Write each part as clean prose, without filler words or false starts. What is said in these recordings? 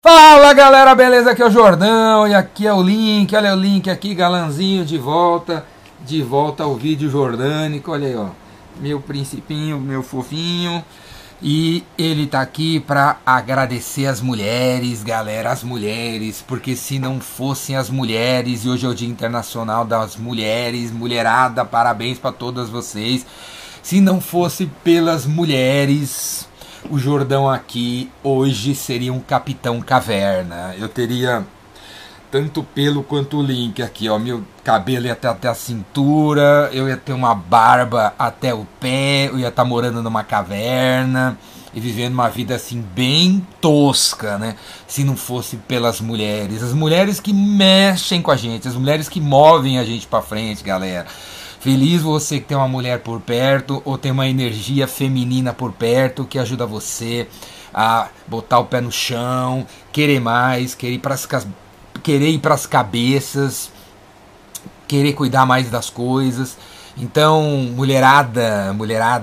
Fala galera, beleza? Aqui é o Jordão e aqui é o Link, olha o Link aqui, galanzinho, de volta ao vídeo jordânico, olha aí ó, meu principinho, meu fofinho, e ele tá aqui pra agradecer as mulheres, galera, as mulheres, porque se não fossem as mulheres, e hoje é o Dia Internacional das Mulheres, mulherada, parabéns pra todas vocês, se não fosse pelas mulheres, o Jordão aqui hoje seria um Capitão Caverna. Eu teria tanto pelo quanto o Link aqui, ó. Meu cabelo ia até a cintura, eu ia ter uma barba até o pé, eu ia estar morando numa caverna e vivendo uma vida assim bem tosca, né? Se não fosse pelas mulheres, as mulheres que mexem com a gente, as mulheres que movem a gente pra frente, galera. Feliz você que tem uma mulher por perto ou tem uma energia feminina por perto que ajuda você a botar o pé no chão, querer mais, querer ir para as cabeças, querer cuidar mais das coisas. Então, mulherada,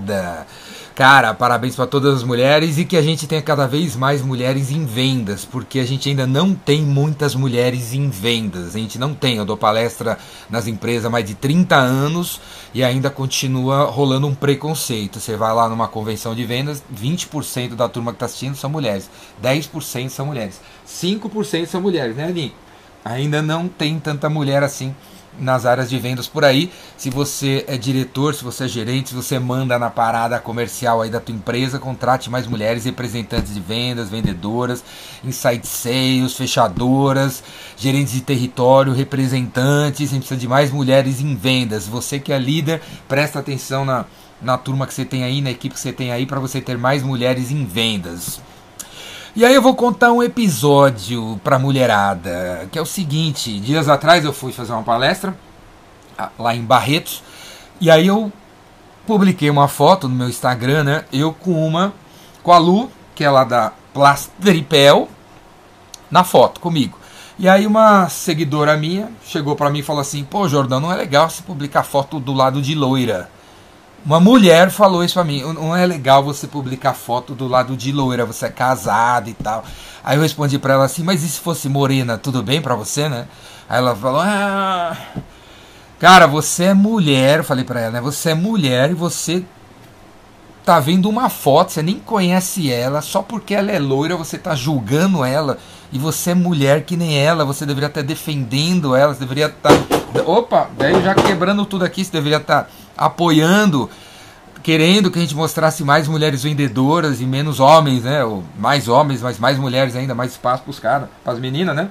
cara, parabéns para todas as mulheres e que a gente tenha cada vez mais mulheres em vendas, porque a gente ainda não tem muitas mulheres em vendas. A gente não tem, eu dou palestra nas empresas há mais de 30 anos e ainda continua rolando um preconceito. Você vai lá numa convenção de vendas, 20% da turma que está assistindo são mulheres, 10% são mulheres, 5% são mulheres, né, Aline? Ainda não tem tanta mulher assim nas áreas de vendas por aí. Se você é diretor, se você é gerente, se você manda na parada comercial aí da tua empresa, contrate mais mulheres, representantes de vendas, vendedoras, inside sales, fechadoras, gerentes de território, representantes. A gente precisa de mais mulheres em vendas. Você que é líder, presta atenção na turma que você tem aí, na equipe que você tem aí, para você ter mais mulheres em vendas. E aí eu vou contar um episódio pra mulherada, que é o seguinte: dias atrás eu fui fazer uma palestra lá em Barretos, e aí eu publiquei uma foto no meu Instagram, né? Eu com a Lu, que é lá da Plastripel, na foto comigo. E aí uma seguidora minha chegou pra mim e falou assim: pô, Jordão, não é legal você publicar foto do lado de loira. Uma mulher falou isso pra mim: não é legal você publicar foto do lado de loira, você é casado e tal. Aí eu respondi pra ela assim: mas e se fosse morena, tudo bem pra você, né? Aí ela falou: cara, você é mulher, eu falei pra ela, né? Você é mulher e você tá vendo uma foto, você nem conhece ela, só porque ela é loira você tá julgando ela, e você é mulher que nem ela, você deveria estar defendendo ela, você deveria estar... Opa, velho, já quebrando tudo aqui, você deveria estar apoiando, querendo que a gente mostrasse mais mulheres vendedoras e menos homens, né? Ou mais homens, mas mais mulheres ainda, mais espaço pros caras, pras meninas, né?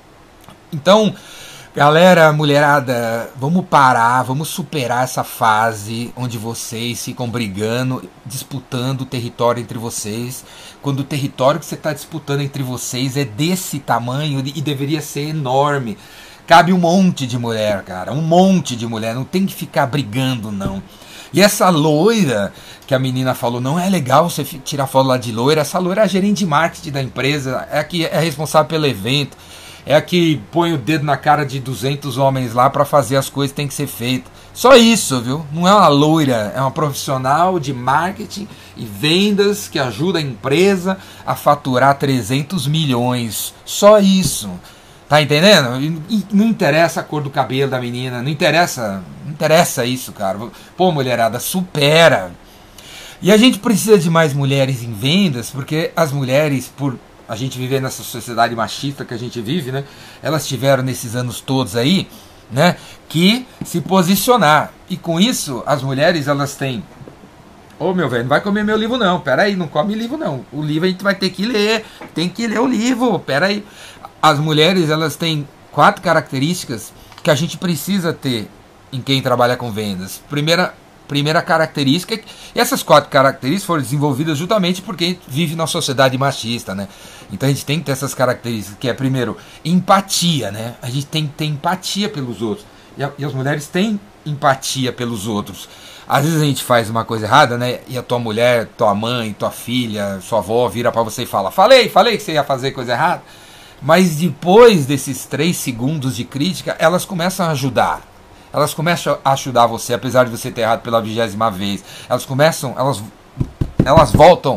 Então, galera, mulherada, vamos parar, vamos superar essa fase onde vocês ficam brigando, disputando o território entre vocês, quando o território que você está disputando entre vocês é desse tamanho e deveria ser enorme. Cabe um monte de mulher, cara, um monte de mulher, não tem que ficar brigando, não. E essa loira que a menina falou, não é legal você tirar foto lá de loira, essa loira é a gerente de marketing da empresa, é a que é responsável pelo evento, é a que põe o dedo na cara de 200 homens lá para fazer as coisas que tem que ser feitas. Só isso, viu? Não é uma loira, é uma profissional de marketing e vendas que ajuda a empresa a faturar 300 milhões. Só isso. Tá entendendo? E não interessa a cor do cabelo da menina, não interessa isso, cara. Pô, mulherada, supera. E a gente precisa de mais mulheres em vendas, porque as mulheres, por a gente viver nessa sociedade machista que a gente vive, né? Elas tiveram nesses anos todos aí, né? Que se posicionar. E com isso, as mulheres, elas têm... Ô, meu velho, não vai comer meu livro não, pera aí, não come livro não. O livro a gente vai ter que ler, tem que ler o livro, pera aí. As mulheres, elas têm 4 características que a gente precisa ter em quem trabalha com vendas. Primeira característica, e essas 4 características foram desenvolvidas justamente porque a gente vive numa sociedade machista, né? Então a gente tem que ter essas características, que é, primeiro, empatia, né? A gente tem que ter empatia pelos outros. E as mulheres têm empatia pelos outros. Às vezes a gente faz uma coisa errada, né? E a tua mulher, tua mãe, tua filha, sua avó vira pra você e fala: falei que você ia fazer coisa errada. Mas depois desses 3 segundos de crítica, elas começam a ajudar. Elas começam a ajudar você, apesar de você ter errado pela 20ª vez. Elas voltam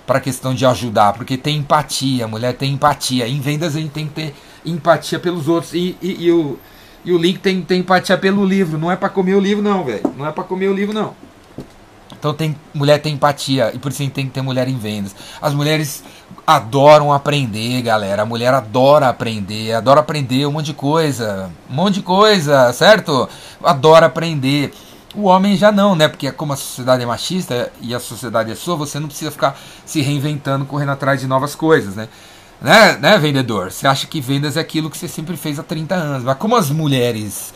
para a questão de ajudar, porque tem empatia, a mulher tem empatia. Em vendas a gente tem que ter empatia pelos outros. E o Link tem empatia pelo livro. Não é para comer o livro, não, velho. Não é para comer o livro, não. Então mulher tem empatia, e por isso a gente tem que ter mulher em vendas. As mulheres adoram aprender, galera. A mulher adora aprender um monte de coisa, certo? Adora aprender. O homem já não, né? Porque como a sociedade é machista e a sociedade é sua, você não precisa ficar se reinventando, correndo atrás de novas coisas, né? Né, vendedor? Você acha que vendas é aquilo que você sempre fez há 30 anos. Mas como as mulheres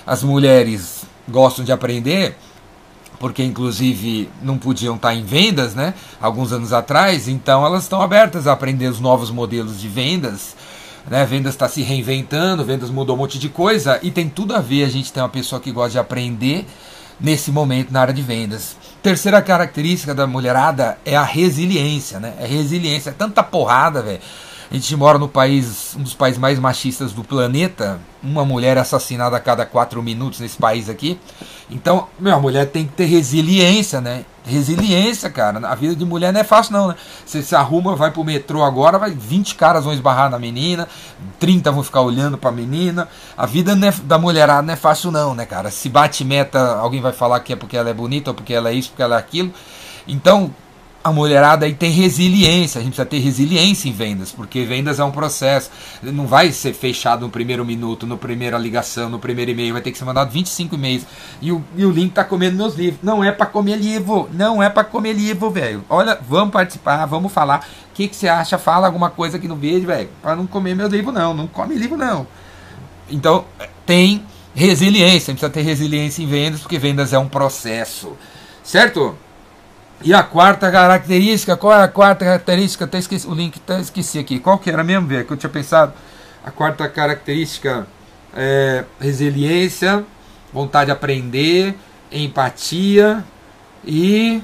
gostam de aprender, porque inclusive não podiam estar em vendas, né? Alguns anos atrás, então elas estão abertas a aprender os novos modelos de vendas. Né? Vendas está se reinventando, vendas mudou um monte de coisa e tem tudo a ver a gente ter uma pessoa que gosta de aprender nesse momento na área de vendas. Terceira característica da mulherada é a resiliência, né? É resiliência, é tanta porrada, velho. A gente mora no país, um dos países mais machistas do planeta. Uma mulher assassinada a cada 4 minutos nesse país aqui. Então, a mulher tem que ter resiliência, né? Resiliência, cara. A vida de mulher não é fácil, não, né? Você se arruma, vai pro metrô agora, 20 caras vão esbarrar na menina, 30 vão ficar olhando pra menina. A vida da mulherada não é fácil, não, né, cara? Se bate meta, alguém vai falar que é porque ela é bonita, ou porque ela é isso, porque ela é aquilo. Então, a mulherada aí tem resiliência, a gente precisa ter resiliência em vendas, porque vendas é um processo, não vai ser fechado no primeiro minuto, na primeira ligação, no primeiro e-mail, vai ter que ser mandado 25 e-mails, e o Link tá comendo meus livros. Não é para comer livro, não é para comer livro, velho. Olha, vamos participar, vamos falar, o que você acha, fala alguma coisa aqui no vídeo, velho, para não comer meus livros não come livro não. Então, tem resiliência, a gente precisa ter resiliência em vendas, porque vendas é um processo, certo? E a quarta característica, qual é a quarta característica? Até esqueci, o link até esqueci aqui. Qual que era mesmo, velho? Que eu tinha pensado. A quarta característica é resiliência, vontade de aprender, empatia e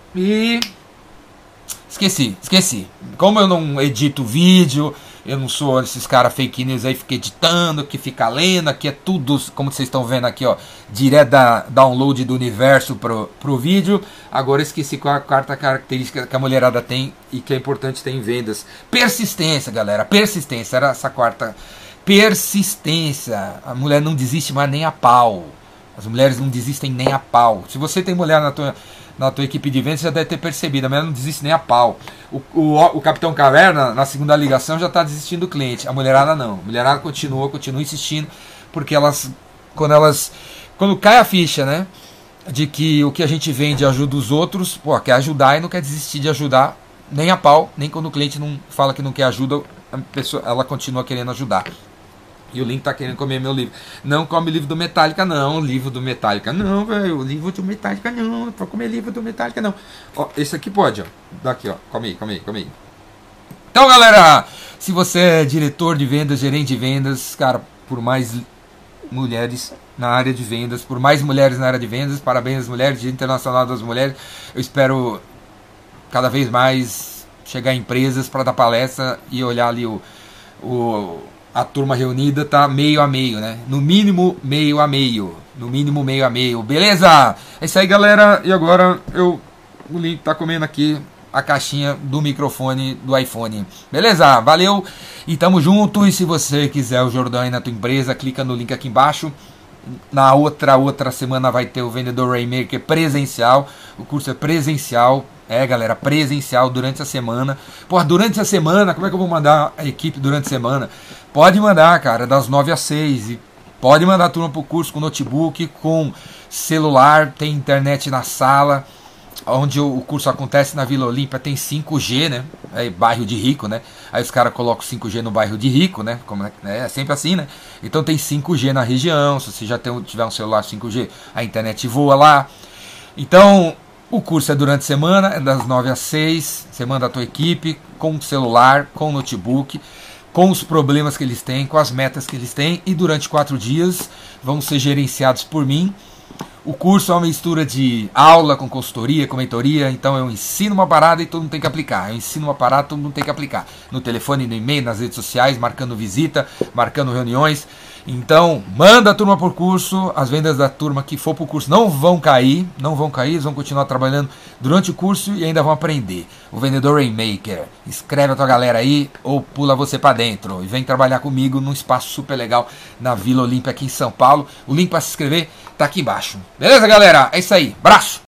esqueci. Como eu não edito vídeo, eu não sou esses caras fake news aí, fica editando, que fica lendo, aqui é tudo, como vocês estão vendo aqui, ó, direto da download do universo pro vídeo. Agora eu esqueci qual é a quarta característica que a mulherada tem e que é importante ter em vendas. Persistência, galera, persistência, era essa quarta. Persistência, a mulher não desiste mais nem a pau. As mulheres não desistem nem a pau. Se você tem mulher na tua equipe de vendas, você já deve ter percebido, a mulher não desiste nem a pau. O Capitão Caverna, na segunda ligação, já está desistindo do cliente. A mulherada não. A mulherada continua insistindo, porque quando cai a ficha, né, de que o que a gente vende ajuda os outros, quer ajudar e não quer desistir de ajudar nem a pau, nem quando o cliente não fala que não quer ajuda, a pessoa, ela continua querendo ajudar. E o Link tá querendo comer meu livro. Não come livro do Metallica, não. Livro do Metallica, não, velho. Livro do Metallica, não. Não pode comer livro do Metallica, não. Ó, esse aqui pode, ó. Daqui, ó. Come aí. Então, galera, se você é diretor de vendas, gerente de vendas, cara, por mais mulheres na área de vendas, por mais mulheres na área de vendas, parabéns às mulheres, Dia Internacional das Mulheres. Eu espero cada vez mais chegar em empresas para dar palestra e olhar ali a turma reunida tá meio a meio, né? No mínimo meio a meio. Beleza? É isso aí, galera. E agora o Link tá comendo aqui a caixinha do microfone do iPhone. Beleza? Valeu. E tamo junto. E se você quiser o Jordão aí na tua empresa, clica no link aqui embaixo. Na outra semana vai ter o Vendedor Rainmaker presencial. O curso é presencial. Galera, presencial durante a semana. Pô, durante a semana, como é que eu vou mandar a equipe durante a semana? Pode mandar, cara, das 9 às 6. E pode mandar a turma pro curso com notebook, com celular, tem internet na sala. Onde o curso acontece na Vila Olímpia tem 5G, né? É bairro de rico, né? Aí os caras colocam 5G no bairro de rico, né? É sempre assim, né? Então tem 5G na região. Se você já tiver um celular 5G, a internet voa lá. Então, o curso é durante a semana, é das 9 às 6. Você manda a tua equipe com celular, com notebook, com os problemas que eles têm, com as metas que eles têm. E durante 4 dias vão ser gerenciados por mim. O curso é uma mistura de aula com consultoria, com mentoria. Então eu ensino uma parada e todo mundo tem que aplicar. Eu ensino uma parada e todo mundo tem que aplicar. No telefone, no e-mail, nas redes sociais, marcando visita, marcando reuniões. Então, manda a turma por curso, as vendas da turma que for pro curso não vão cair, eles vão continuar trabalhando durante o curso e ainda vão aprender. O vendedor Rainmaker, escreve a tua galera aí ou pula você para dentro e vem trabalhar comigo num espaço super legal na Vila Olímpia aqui em São Paulo. O link para se inscrever tá aqui embaixo. Beleza, galera? É isso aí. Abraço!